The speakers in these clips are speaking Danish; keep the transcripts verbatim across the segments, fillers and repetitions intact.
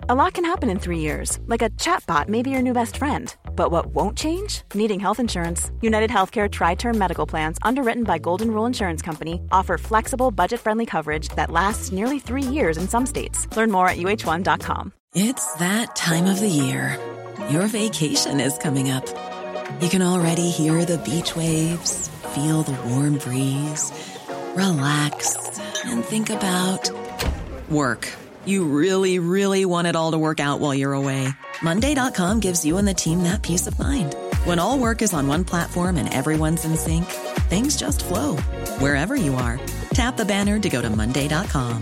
A lot can happen in three years, like a chatbot may be your new best friend. But what won't change? Needing health insurance. United Healthcare Tri-Term Medical Plans, underwritten by Golden Rule Insurance Company, offer flexible, budget-friendly coverage that lasts nearly three years in some states. Learn more at U H one dot com. It's that time of the year. Your vacation is coming up. You can already hear the beach waves, feel the warm breeze, relax, and think about work. You really, really want it all to work out while you're away. Monday dot com gives you and the team that peace of mind. When all work is on one platform and everyone's in sync, things just flow. Wherever you are, tap the banner to go to Monday dot com.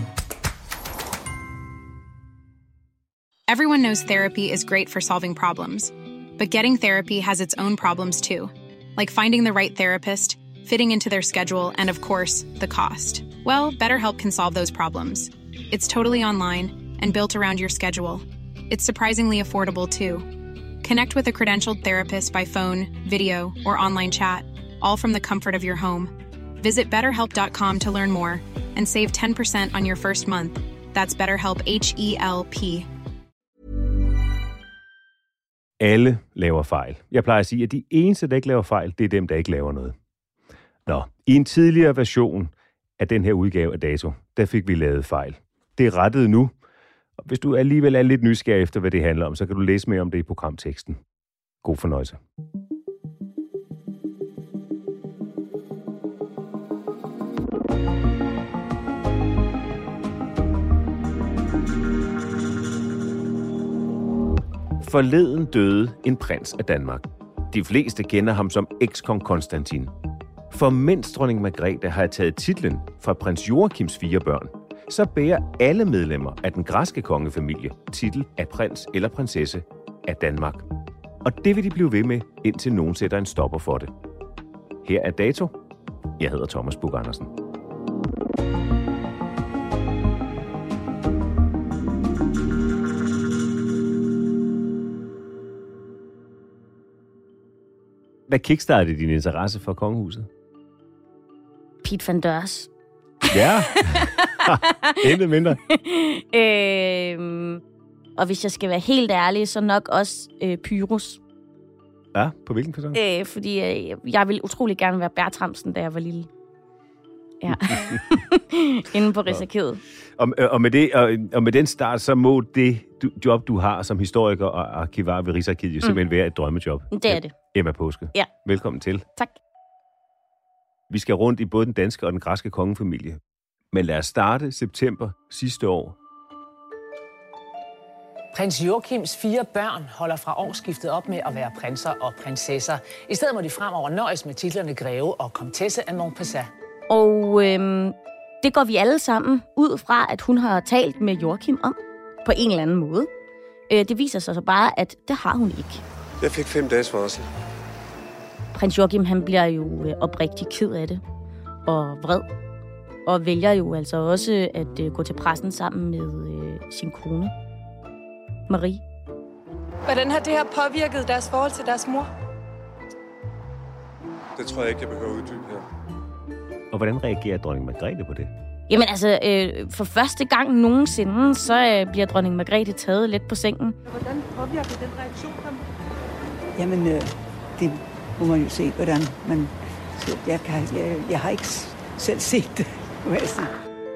Everyone knows therapy is great for solving problems, but getting therapy has its own problems too, like finding the right therapist, fitting into their schedule, and of course, the cost. Well, BetterHelp can solve those problems. It's totally online and built around your schedule. It's surprisingly affordable too. Connect with a credentialed therapist by phone, video, or online chat, all from the comfort of your home. Visit better help dot com to learn more and save ten percent on your first month. That's BetterHelp, H E L P. Alle laver fejl. Jeg plejer at sige, at de eneste, der ikke laver fejl, det er dem, der ikke laver noget. Nå, i en tidligere version af den her udgave af Dato, der fik vi lavet fejl. Det er rettet nu. Og hvis du alligevel er lidt nysgerrig efter, hvad det handler om, så kan du læse mere om det i programteksten. God fornøjelse. Forleden døde en prins af Danmark. De fleste kender ham som ekskong Konstantin. For mens dronning Margrethe har taget titlen fra prins Joachims fire børn, så bærer alle medlemmer af den græske kongefamilie titel af prins eller prinsesse af Danmark. Og det vil de blive ved med, indtil nogen sætter en stopper for det. Her er Dato. Jeg hedder Thomas Buch-Andersen. Hvad kickstartede din interesse for kongehuset? Piet van Deurs. Ja, intet mindre. øhm, og hvis jeg skal være helt ærlig, så nok også øh, Pyrus. Ja, på hvilken person? Øh, fordi øh, jeg ville utrolig gerne være Bertramsen, da jeg var lille. Ja, inde på Rigsarkivet. Og, og, med det, og, og med den start, så må det du, job, du har som historiker og arkivar ved Rigsarkivet, jo simpelthen mm. være et drømmejob. Det er det. Emma Påske. Ja. Velkommen til. Tak. Vi skal rundt i både den danske og den græske kongefamilie. Men lad os starte september sidste år. Prins Joachims fire børn holder fra årsskiftet op med at være prinser og prinsesser. I stedet må de fremover nøjes med titlerne greve og komtesse af Montpellier. Og øhm, det går vi alle sammen ud fra, at hun har talt med Joachim om, på en eller anden måde. Øh, det viser sig så bare, at det har hun ikke. Jeg fik fem dages varsel. Prins Joachim, han bliver jo oprigtig ked af det, og vred, og vælger jo altså også at øh, gå til pressen sammen med øh, sin kone, Marie. Hvordan har det her påvirket deres forhold til deres mor? Det tror jeg ikke, jeg behøver at uddybe her. Og hvordan reagerer dronning Margrethe på det? Jamen altså, øh, for første gang nogensinde, så øh, bliver dronning Margrethe taget lidt på sengen. Hvordan påvirker den reaktion ham? Jamen, øh, det må man jo se, hvordan man... Jeg, kan, jeg, jeg har ikke selv set det, må jeg sige.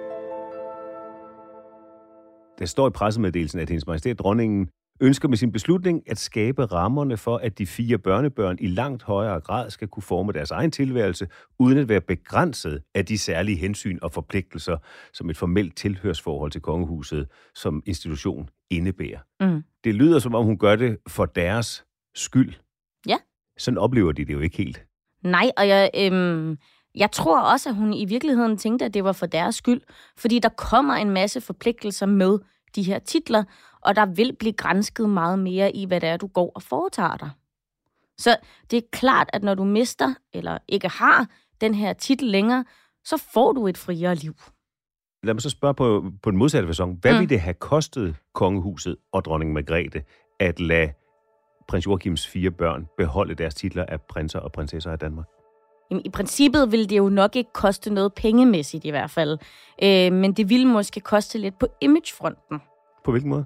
Der står i pressemeddelelsen, at hendes majestæt dronningen ønsker med sin beslutning at skabe rammerne for, at de fire børnebørn i langt højere grad skal kunne forme deres egen tilværelse, uden at være begrænset af de særlige hensyn og forpligtelser, som et formelt tilhørsforhold til kongehuset som institution indebærer. Mm. Det lyder, som om hun gør det for deres skyld. Ja. Sådan oplever de det jo ikke helt. Nej, og jeg, øhm, jeg tror også, at hun i virkeligheden tænkte, at det var for deres skyld, fordi der kommer en masse forpligtelser med de her titler, og der vil blive gransket meget mere i, hvad det er, du går og foretager dig. Så det er klart, at når du mister, eller ikke har den her titel længere, så får du et friere liv. Lad mig så spørge på, på den modsatte facon. Hvad mm. ville det have kostet kongehuset og dronning Margrethe at lade prins Joachims fire børn beholde deres titler af prinser og prinsesser af Danmark? Jamen, i princippet ville det jo nok ikke koste noget pengemæssigt i hvert fald. Øh, men det ville måske koste lidt på imagefronten. På hvilken måde?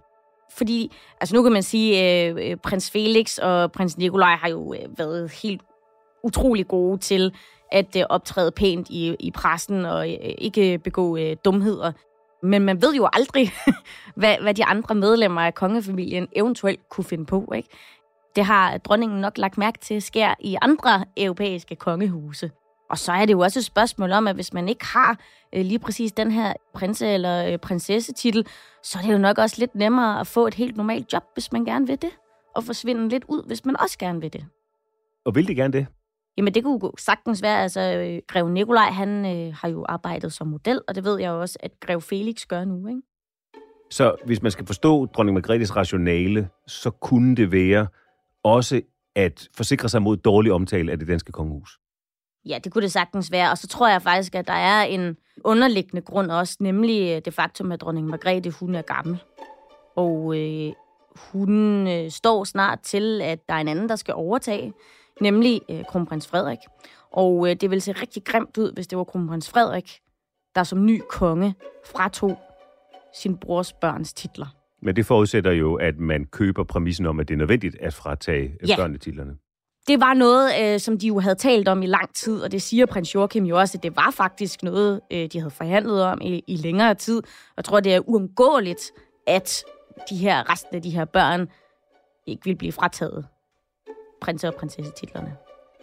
Fordi, altså nu kan man sige, at øh, prins Felix og prins Nikolaj har jo øh, været helt utrolig gode til at øh, optræde pænt i, i pressen og øh, ikke begå øh, dumheder. Men man ved jo aldrig, hvad, hvad de andre medlemmer af kongefamilien eventuelt kunne finde på, ikke? Det har dronningen nok lagt mærke til sker i andre europæiske kongehuse. Og så er det jo også et spørgsmål om, at hvis man ikke har øh, lige præcis den her prinse- eller øh, prinsessetitel, så er det jo nok også lidt nemmere at få et helt normalt job, hvis man gerne vil det. Og forsvinde lidt ud, hvis man også gerne vil det. Og vil de gerne det? Jamen, det kunne sagtens være. Altså, øh, Grev Nikolaj, han øh, har jo arbejdet som model, og det ved jeg jo også, at Grev Felix gør nu, ikke? Så hvis man skal forstå dronning Margrethes rationale, så kunne det være også at forsikre sig mod dårlig omtale af det danske kongehus? Ja, det kunne det sagtens være. Og så tror jeg faktisk, at der er en underliggende grund også, nemlig det faktum, at dronning Margrethe, hun er gammel. Og øh, hun øh, står snart til, at der er en anden, der skal overtage, nemlig øh, kronprins Frederik. Og øh, det vil se rigtig grimt ud, hvis det var kronprins Frederik, der som ny konge fratog sin brors børns titler. Men det forudsætter jo, at man køber præmissen om, at det er nødvendigt at fratage ja. børnetitlerne. Det var noget, øh, som de jo havde talt om i lang tid, og det siger prins Joachim jo også, at det var faktisk noget, øh, de havde forhandlet om i, i længere tid. Jeg tror, det er uundgåeligt, at de her, resten af de her børn ikke vil blive frataget prinse- og prinsessetitlerne.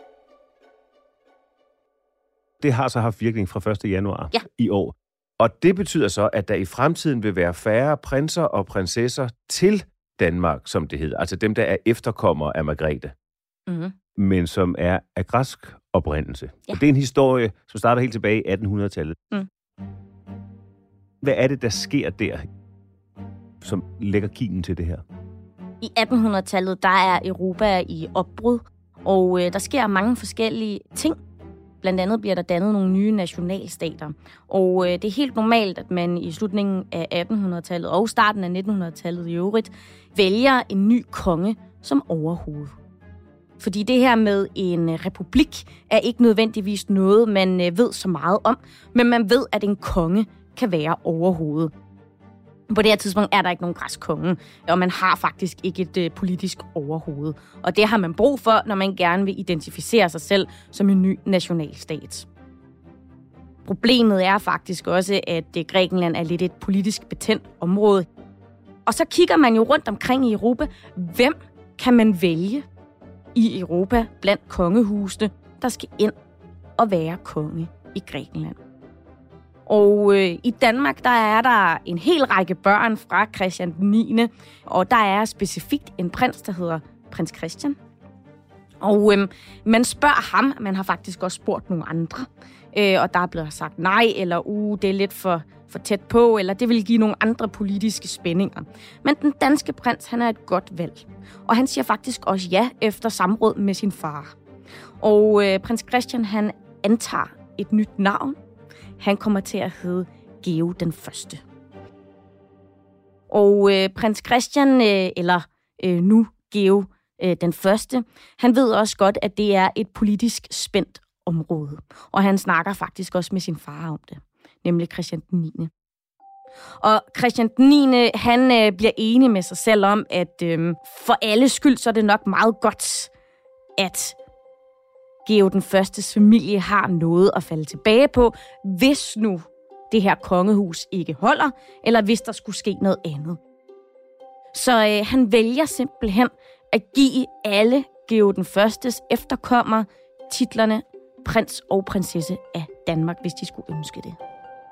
Det har så haft virkning fra første januar ja. i år. Og det betyder så, at der i fremtiden vil være færre prinser og prinsesser til Danmark, som det hedder. Altså dem, der er efterkommere af Margrethe. Mm-hmm. Men som er af græsk oprindelse. Ja. Og det er en historie, som starter helt tilbage i attenhundredetallet. Mm. Hvad er det, der sker der, som lægger kimen til det her? I attenhundredetallet, der er Europa i opbrud, og øh, der sker mange forskellige ting. Blandt andet bliver der dannet nogle nye nationalstater. Og øh, det er helt normalt, at man i slutningen af attenhundredetallet og starten af nittenhundredetallet i øvrigt vælger en ny konge som overhoved. Fordi det her med en republik er ikke nødvendigvis noget, man ved så meget om, men man ved, at en konge kan være overhovedet. På det her tidspunkt er der ikke nogen græsk konge, og man har faktisk ikke et øh, politisk overhoved. Og det har man brug for, når man gerne vil identificere sig selv som en ny nationalstat. Problemet er faktisk også, at øh, Grækenland er lidt et politisk betændt område. Og så kigger man jo rundt omkring i Europa. Hvem kan man vælge i Europa blandt kongehusene, der skal ind og være konge i Grækenland? Og øh, i Danmark, der er der en hel række børn fra Christian den niende, og der er specifikt en prins, der hedder prins Christian. Og øh, man spørger ham, man har faktisk også spurgt nogle andre, øh, og der er blevet sagt nej, eller uh, det er lidt for, for tæt på, eller det vil give nogle andre politiske spændinger. Men den danske prins, han er et godt valg, og han siger faktisk også ja efter samråd med sin far. Og øh, prins Christian, han antager et nyt navn. Han kommer til at hedde Georg den Første. Og øh, prins Christian, øh, eller øh, nu Georg øh, den Første, han ved også godt, at det er et politisk spændt område. Og han snakker faktisk også med sin far om det, nemlig Christian den niende. Og Christian den niende, han øh, bliver enig med sig selv om, at øh, for alle skyld, så er det nok meget godt, at Georg den Førstes familie har noget at falde tilbage på, hvis nu det her kongehus ikke holder, eller hvis der skulle ske noget andet. Så øh, han vælger simpelthen at give alle Georg den Førstes efterkommere titlerne prins og prinsesse af Danmark, hvis de skulle ønske det.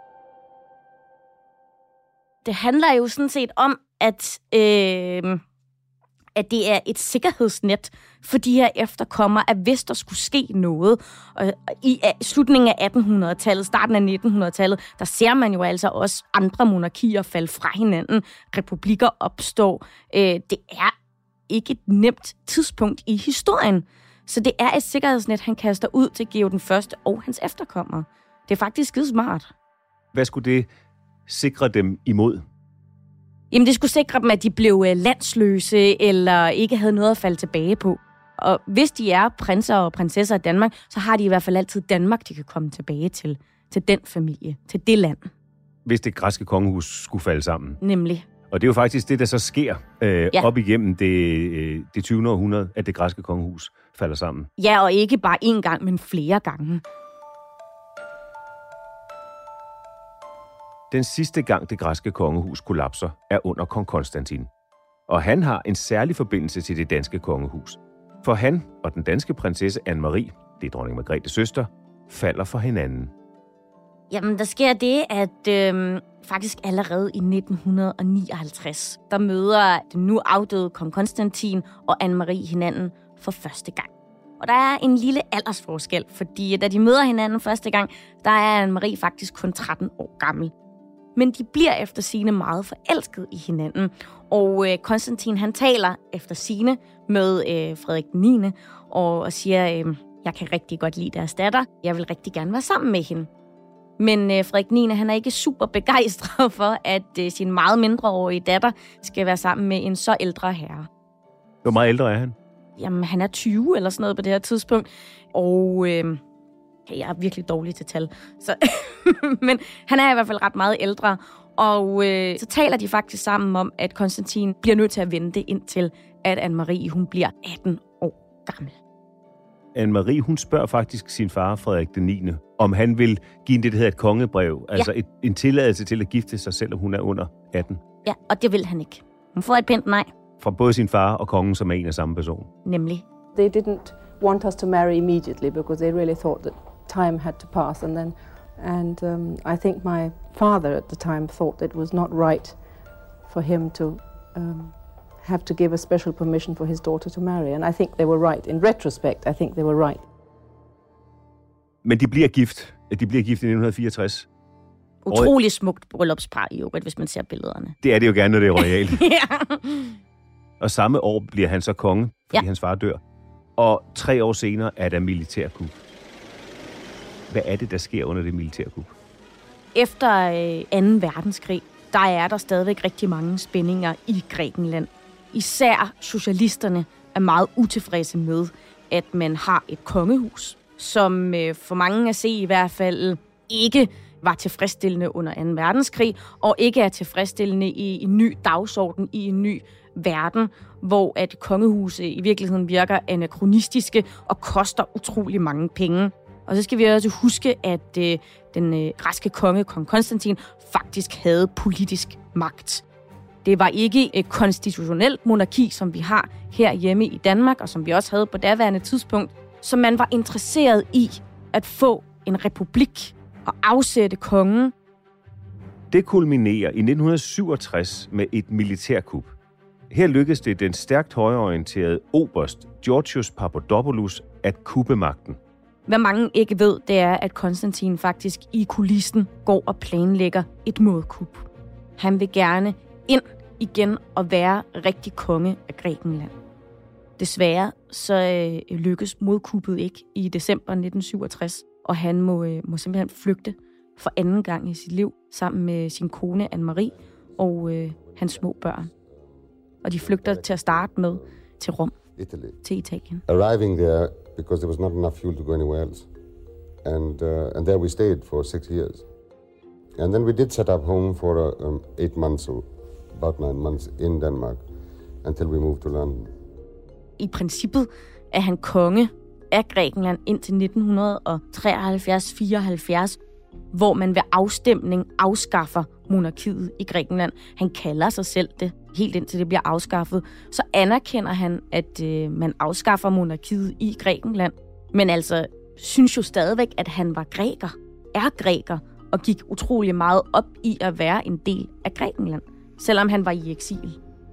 Det handler jo sådan set om, at, øh, at det er et sikkerhedsnet for de her efterkommere, at hvis der skulle ske noget, og i slutningen af attenhundredetallet, starten af nittenhundredetallet, der ser man jo altså også andre monarkier falde fra hinanden, republikker opstår. Øh, det er ikke et nemt tidspunkt i historien. Så det er et sikkerhedsnet, han kaster ud til Georg den Første og hans efterkommere. Det er faktisk skide smart. Hvad skulle det sikre dem imod? Jamen, det skulle sikre dem, at de blev landsløse eller ikke havde noget at falde tilbage på. Og hvis de er prinser og prinsesser af Danmark, så har de i hvert fald altid Danmark, de kan komme tilbage til. Til den familie, til det land. Hvis det græske kongehus skulle falde sammen. Nemlig. Og det er jo faktisk det, der så sker øh, Ja. op igennem det, øh, det tyvende århundrede, at det græske kongehus falder sammen. Ja, og ikke bare én gang, men flere gange. Den sidste gang det græske kongehus kollapser er under kong Konstantin. Og han har en særlig forbindelse til det danske kongehus. For han og den danske prinsesse Anne-Marie, det er dronning Margrethes søster, falder for hinanden. Jamen, der sker det, at øh, faktisk allerede i nitten nioghalvtreds, der møder den nu afdøde kong Konstantin og Anne-Marie hinanden for første gang. Og der er en lille aldersforskel, fordi da de møder hinanden første gang, der er Anne-Marie faktisk kun tretten år gammel. Men de bliver efter sigende meget forelsket i hinanden. Og øh, Konstantin, han taler efter sigende med øh, Frederik den niende og, og siger, øh, jeg kan rigtig godt lide deres datter. Jeg vil rigtig gerne være sammen med hende. Men øh, Frederik den niende, han er ikke super begejstret for, at øh, sin meget mindreårige datter skal være sammen med en så ældre herre. Hvor meget ældre er han? Jamen, han er tyve eller sådan noget på det her tidspunkt. Og øh, jeg er virkelig dårlig til tal. Så men han er i hvert fald ret meget ældre. Og øh, så taler de faktisk sammen om, at Konstantin bliver nødt til at vente indtil, at Anne-Marie, hun bliver atten år gammel. Anne-Marie, hun spørger faktisk sin far, Frederik den niende, om han vil give en det, der hedder et kongebrev. Ja. Altså et, en tilladelse til at gifte sig, selvom hun er under atten. Ja, og det vil han ikke. Hun får et pænt nej. Fra både sin far og kongen, som er en af samme person. Nemlig. They didn't want us to marry immediately because they really thought that time had to pass. And then, and um, I think my father at the time thought it was not right for him to um, have to give a special permission for his daughter to marry. And I think they were right. In retrospect, I think they were right. Men de bliver gift. De bliver gift i nitten fireogtres. Utrolig smukt bryllupspar i øvrigt, hvis man ser billederne. Det er det jo gerne, når det er royalt. Ja. Og samme år bliver han så konge, fordi Ja. hans far dør. Og tre år senere er der militærkup. Hvad er det, der sker under det militærkup? Efter øh, anden verdenskrig, der er der stadigvæk rigtig mange spændinger i Grækenland. Især socialisterne er meget utilfredse med, at man har et kongehus, som øh, for mange at se i hvert fald ikke var tilfredsstillende under anden verdenskrig, og ikke er tilfredsstillende i en ny dagsorden, i en ny verden, hvor at kongehuset i virkeligheden virker anakronistiske og koster utrolig mange penge. Og så skal vi også huske, at øh, den øh, græske konge, kong Konstantin, faktisk havde politisk magt. Det var ikke et konstitutionelt monarki, som vi har herhjemme i Danmark, og som vi også havde på daværende tidspunkt, så man var interesseret i at få en republik og afsætte kongen. Det kulminerer i nitten syvogtres med et militærkup. Her lykkedes det den stærkt højreorienterede oberst Georgios Papadopoulos at kuppe magten. Hvad mange ikke ved, det er, at Konstantin faktisk i kulissen går og planlægger et modkup. Han vil gerne ind igen og være rigtig konge af Grækenland. Desværre så øh, lykkes modkuppet ikke i december nitten syvogtres, og han må, øh, må simpelthen flygte for anden gang i sit liv sammen med sin kone Anne-Marie og øh, hans små børn. Og de flygter til at starte med til Rom, Italy. til Italien. Arriving there because there was not enough fuel to go anywhere else. And, uh, and there we stayed for six years. And then we did set up home for uh, um, eight months, or about nine months in Denmark, until we moved to London. I princippet er han konge af Grækenland indtil nitten treoghalvfjerds fireoghalvfjerds, hvor man ved afstemning afskaffer monarkiet i Grækenland. Han kalder sig selv det, helt indtil det bliver afskaffet. Så anerkender han, at øh, man afskaffer monarkiet i Grækenland. Men altså, synes jo stadigvæk, at han var græker, er græker, og gik utrolig meget op i at være en del af Grækenland, selvom han var i eksil.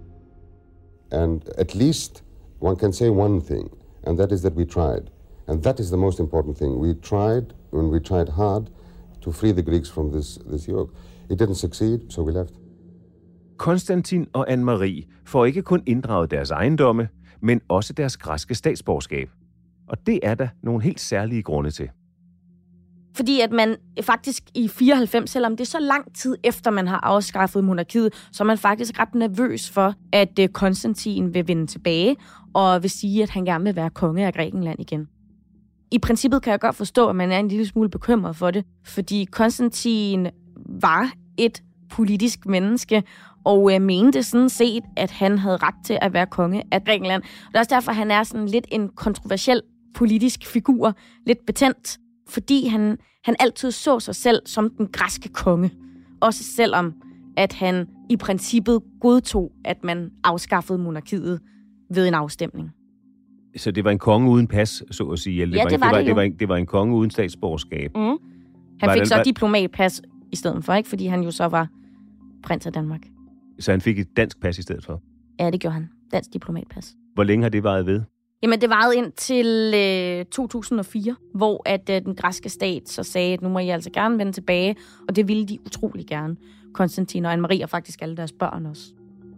And at least one can say one thing, and that is that we tried. And that is the most important thing. We tried, when we tried hard, to free the Greeks from this, this yoke. It didn't succeed, so we left. Konstantin og Anne-Marie får ikke kun inddraget deres ejendomme, men også deres græske statsborgerskab. Og det er der nogle helt særlige grunde til. Fordi at man faktisk i fireoghalvfems, selvom det er så lang tid efter, man har afskaffet monarkiet, så er man faktisk ret nervøs for, at Konstantin vil vende tilbage og vil sige, at han gerne vil være konge af Grækenland igen. I princippet kan jeg godt forstå, at man er en lille smule bekymret for det, fordi Konstantin var et politisk menneske, og øh, mente sådan set, at han havde ret til at være konge af Grækenland. Og det er også derfor, han er sådan lidt en kontroversiel politisk figur, lidt betændt, fordi han, han altid så sig selv som den græske konge. Også selvom, at han i princippet godtog, at man afskaffede monarkiet ved en afstemning. Så det var en konge uden pas, så at sige? Eller Ja, det var, det var det, var, det det, var en, det var en konge uden statsborgerskab? Mm. Han Var fik det- så var- diplomatpas i stedet for, ikke? Fordi han jo så var prins af Danmark. Så han fik et dansk pas i stedet for? Ja, det gjorde han. Dansk diplomatpas. Hvor længe har det varet ved? Jamen, det varede ind til øh, to tusind og fire, hvor at øh, den græske stat så sagde, at nu må I altså gerne vende tilbage, og det ville de utrolig gerne. Konstantin og Anne-Marie og faktisk alle deres børn også.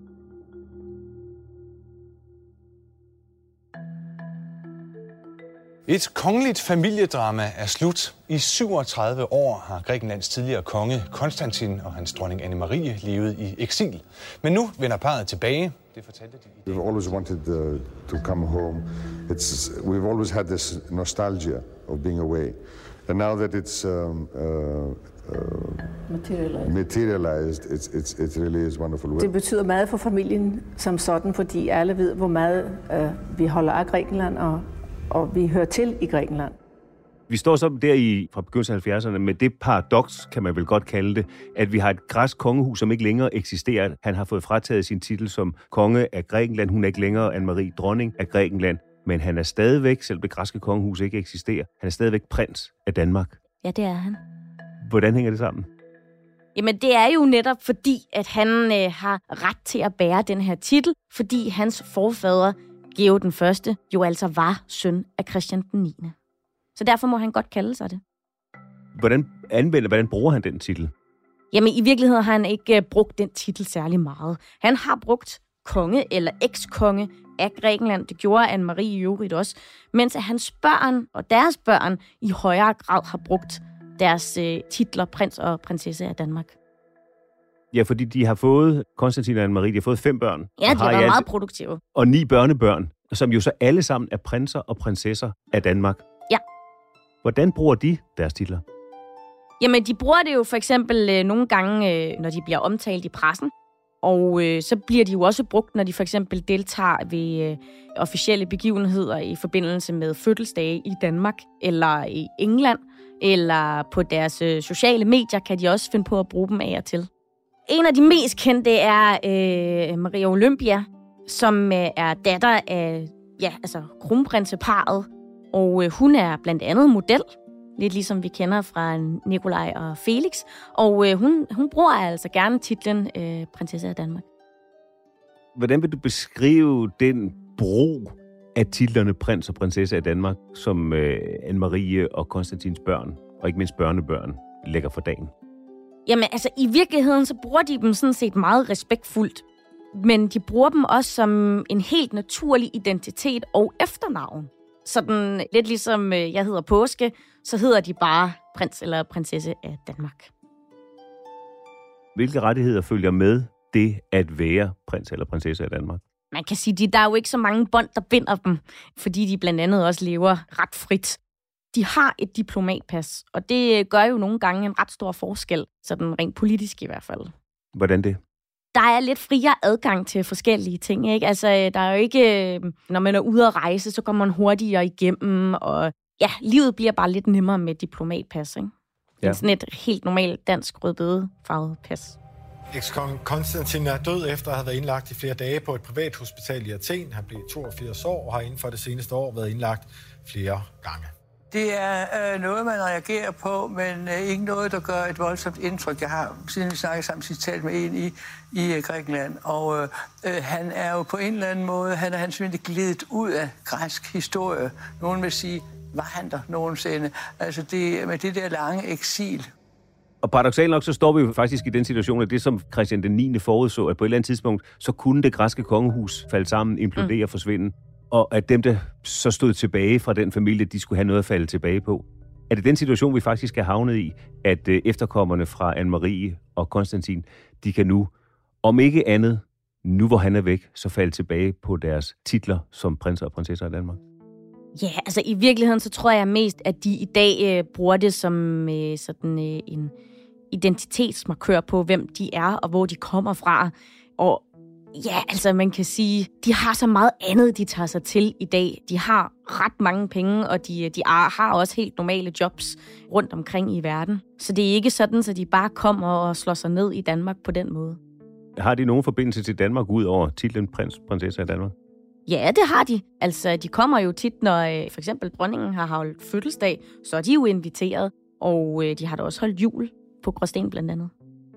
Et kongeligt familiedrama er slut. I syvogtredive år har Grækenlands tidligere konge Konstantin og hans dronning Anne-Marie levet i eksil. Men nu vender parret tilbage. Det fortalte de. We've always wanted uh, to come home. It's, we've always had this nostalgia of being away. And now that it's um, uh, uh, Materialized. materialized, it's, it's, it really is wonderful. Det betyder meget for familien som sådan, fordi alle ved, hvor meget øh, vi holder af Grækenland, og, og vi hører til i Grækenland. Vi står så der i, fra begyndelsen af halvfjerdserne med det paradoks, kan man vel godt kalde det, at vi har et græsk kongehus, som ikke længere eksisterer. Han har fået frataget sin titel som konge af Grækenland. Hun er ikke længere Anne-Marie, dronning af Grækenland. Men han er stadigvæk, selvom det græske kongehus ikke eksisterer, han er stadigvæk prins af Danmark. Ja, det er han. Hvordan hænger det sammen? Jamen, det er jo netop fordi, at han øh, har ret til at bære den her titel, fordi hans forfader, Georg den Første, jo altså var søn af Christian den niende. Så derfor må han godt kalde sig det. Hvordan anvender, hvordan bruger han den titel? Jamen, i virkeligheden har han ikke øh, brugt den titel særlig meget. Han har brugt konge eller ekskonge af Grækenland. Det gjorde Anne-Marie i øvrigt også. Mens hans børn og deres børn i højere grad har brugt deres øh, titler prins og prinsesse af Danmark. Ja, fordi de har fået, Konstantin og Anne-Marie, de har fået fem børn. Ja, og de har har i været alt- meget produktive. Og ni børnebørn, som jo så alle sammen er prinser og prinsesser af Danmark. Ja. Hvordan bruger de deres titler? Jamen, de bruger det jo for eksempel øh, nogle gange, øh, når de bliver omtalt i pressen. Og øh, så bliver de jo også brugt, når de for eksempel deltager ved øh, officielle begivenheder i forbindelse med fødselsdage i Danmark eller i England. Eller på deres øh, sociale medier kan de også finde på at bruge dem af og til. En af de mest kendte er øh, Maria Olympia, som øh, er datter af ja, altså, kronprinseparret. Og øh, hun er blandt andet model. Lidt ligesom vi kender fra Nikolaj og Felix. Og øh, hun, hun bruger altså gerne titlen øh, prinsesse af Danmark. Hvordan vil du beskrive den brug af titlerne prins og prinsesse af Danmark, som øh, Anne-Marie og Konstantins børn, og ikke mindst børnebørn, lægger for dagen? Jamen altså, i virkeligheden så bruger de dem sådan set meget respektfuldt. Men de bruger dem også som en helt naturlig identitet og efternavn. Sådan lidt ligesom øh, jeg hedder Påske, så hedder de bare prins eller prinsesse af Danmark. Hvilke rettigheder følger med det at være prins eller prinsesse af Danmark? Man kan sige, at der er jo ikke så mange bånd, der binder dem, fordi de blandt andet også lever ret frit. De har et diplomatpas, og det gør jo nogle gange en ret stor forskel, sådan rent politisk i hvert fald. Hvordan det? Der er lidt friere adgang til forskellige ting, ikke? Altså, der er jo ikke, når man er ude at rejse, så kommer man hurtigere igennem, og ja, livet bliver bare lidt nemmere med diplomatpas, ikke? Ja. Sådan et helt normalt dansk rødbedefarvet pas. Ekskong Konstantin er død efter at have været indlagt i flere dage på et privat hospital i Athen. Han blev toogfirs år og har inden for det seneste år været indlagt flere gange. Det er øh, noget, man reagerer på, men øh, ikke noget, der gør et voldsomt indtryk. Jeg har, siden vi snakkede sammen, talt med en i, i øh, Grækenland, og øh, øh, han er jo på en eller anden måde, han er han simpelthen glidet ud af græsk historie. Nogen vil sige, var han der nogensinde? Altså det, med det der lange eksil. Og paradoksalt nok, så står vi jo faktisk i den situation, at det, som Christian den niende forudså, at på et eller andet tidspunkt, så kunne det græske kongehus falde sammen, implodere og mm. forsvinde. Og at dem, der så stod tilbage fra den familie, de skulle have noget at falde tilbage på. Er det den situation, vi faktisk er havnet i, at efterkommerne fra Anne-Marie og Konstantin, de kan nu, om ikke andet, nu hvor han er væk, så falde tilbage på deres titler som prinser og prinsesser af Danmark? Ja, altså i virkeligheden, så tror jeg mest, at de i dag øh, bruger det som øh, sådan øh, en identitetsmarkør på, hvem de er og hvor de kommer fra. Og ja, altså man kan sige, de har så meget andet, de tager sig til i dag. De har ret mange penge, og de, de har også helt normale jobs rundt omkring i verden. Så det er ikke sådan, at de bare kommer og slår sig ned i Danmark på den måde. Har de nogen forbindelse til Danmark ud over titlen prins, prinsesse af Danmark? Ja, det har de. Altså, de kommer jo tit, når for eksempel dronningen har holdt fødselsdag, så er de jo inviteret. Og de har da også holdt jul på Gråsten blandt andet.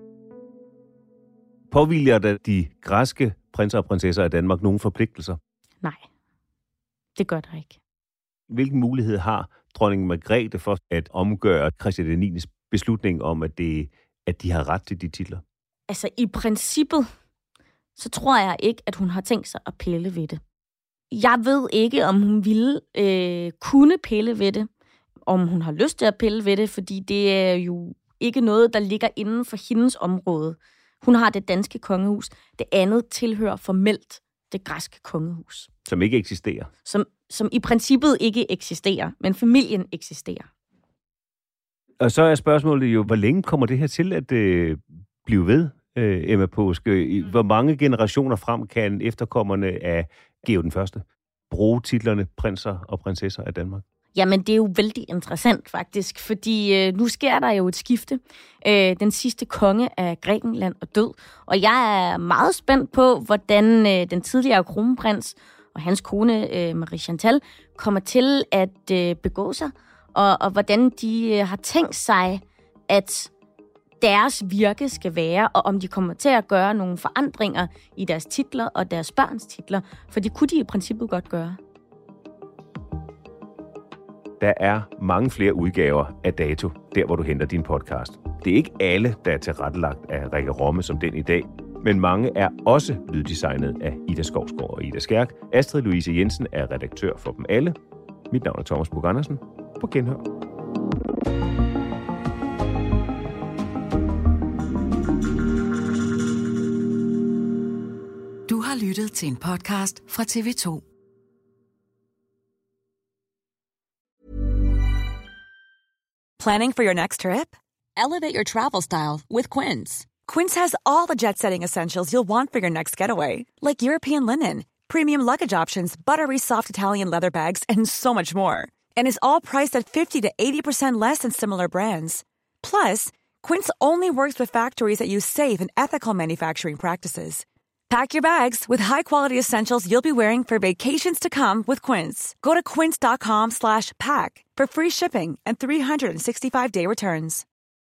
Påhviler der de græske prinser og prinsesser af Danmark nogle forpligtelser? Nej, det gør der ikke. Hvilken mulighed har dronning Margrethe for at omgøre Christian den niendes beslutning om, at, det, at de har ret til de titler? Altså, i princippet, så tror jeg ikke, at hun har tænkt sig at pille ved det. Jeg ved ikke, om hun ville øh, kunne pille ved det, om hun har lyst til at pille ved det, fordi det er jo ikke noget, der ligger inden for hendes område. Hun har det danske kongehus. Det andet tilhører formelt det græske kongehus. Som ikke eksisterer? Som, som i princippet ikke eksisterer, men familien eksisterer. Og så er spørgsmålet jo, hvor længe kommer det her til at øh, blive ved, øh, Emma Paaske? Hvor mange generationer frem kan efterkommerne af Georg den Første bruge titlerne prinser og prinsesser af Danmark? Jamen, det er jo vældig interessant faktisk, fordi øh, nu sker der jo et skifte. Øh, den sidste konge af Grækenland er død, og jeg er meget spændt på, hvordan øh, den tidligere kronprins og hans kone øh, Marie Chantal kommer til at øh, begå sig, og, og hvordan de øh, har tænkt sig, at deres virke skal være, og om de kommer til at gøre nogle forandringer i deres titler og deres børns titler, for det kunne de i princippet godt gøre. Der er mange flere udgaver af Dato, der hvor du henter din podcast. Det er ikke alle, der er tilrettelagt af Rikke Romme som den i dag, men mange er også lyddesignet af Ida Skovsgaard og Ida Skærk. Astrid Louise Jensen er redaktør for dem alle. Mit navn er Thomas Buch Andersen. På genhør. Du har lyttet til en podcast fra T V to. Planning for your next trip? Elevate your travel style with Quince. Quince has all the jet-setting essentials you'll want for your next getaway, like European linen, premium luggage options, buttery soft Italian leather bags, and so much more. And is all priced at fifty to eighty percent less than similar brands. Plus, Quince only works with factories that use safe and ethical manufacturing practices. Pack your bags with high-quality essentials you'll be wearing for vacations to come with Quince. Go to quince dot com slash pack for free shipping and three sixty-five day returns.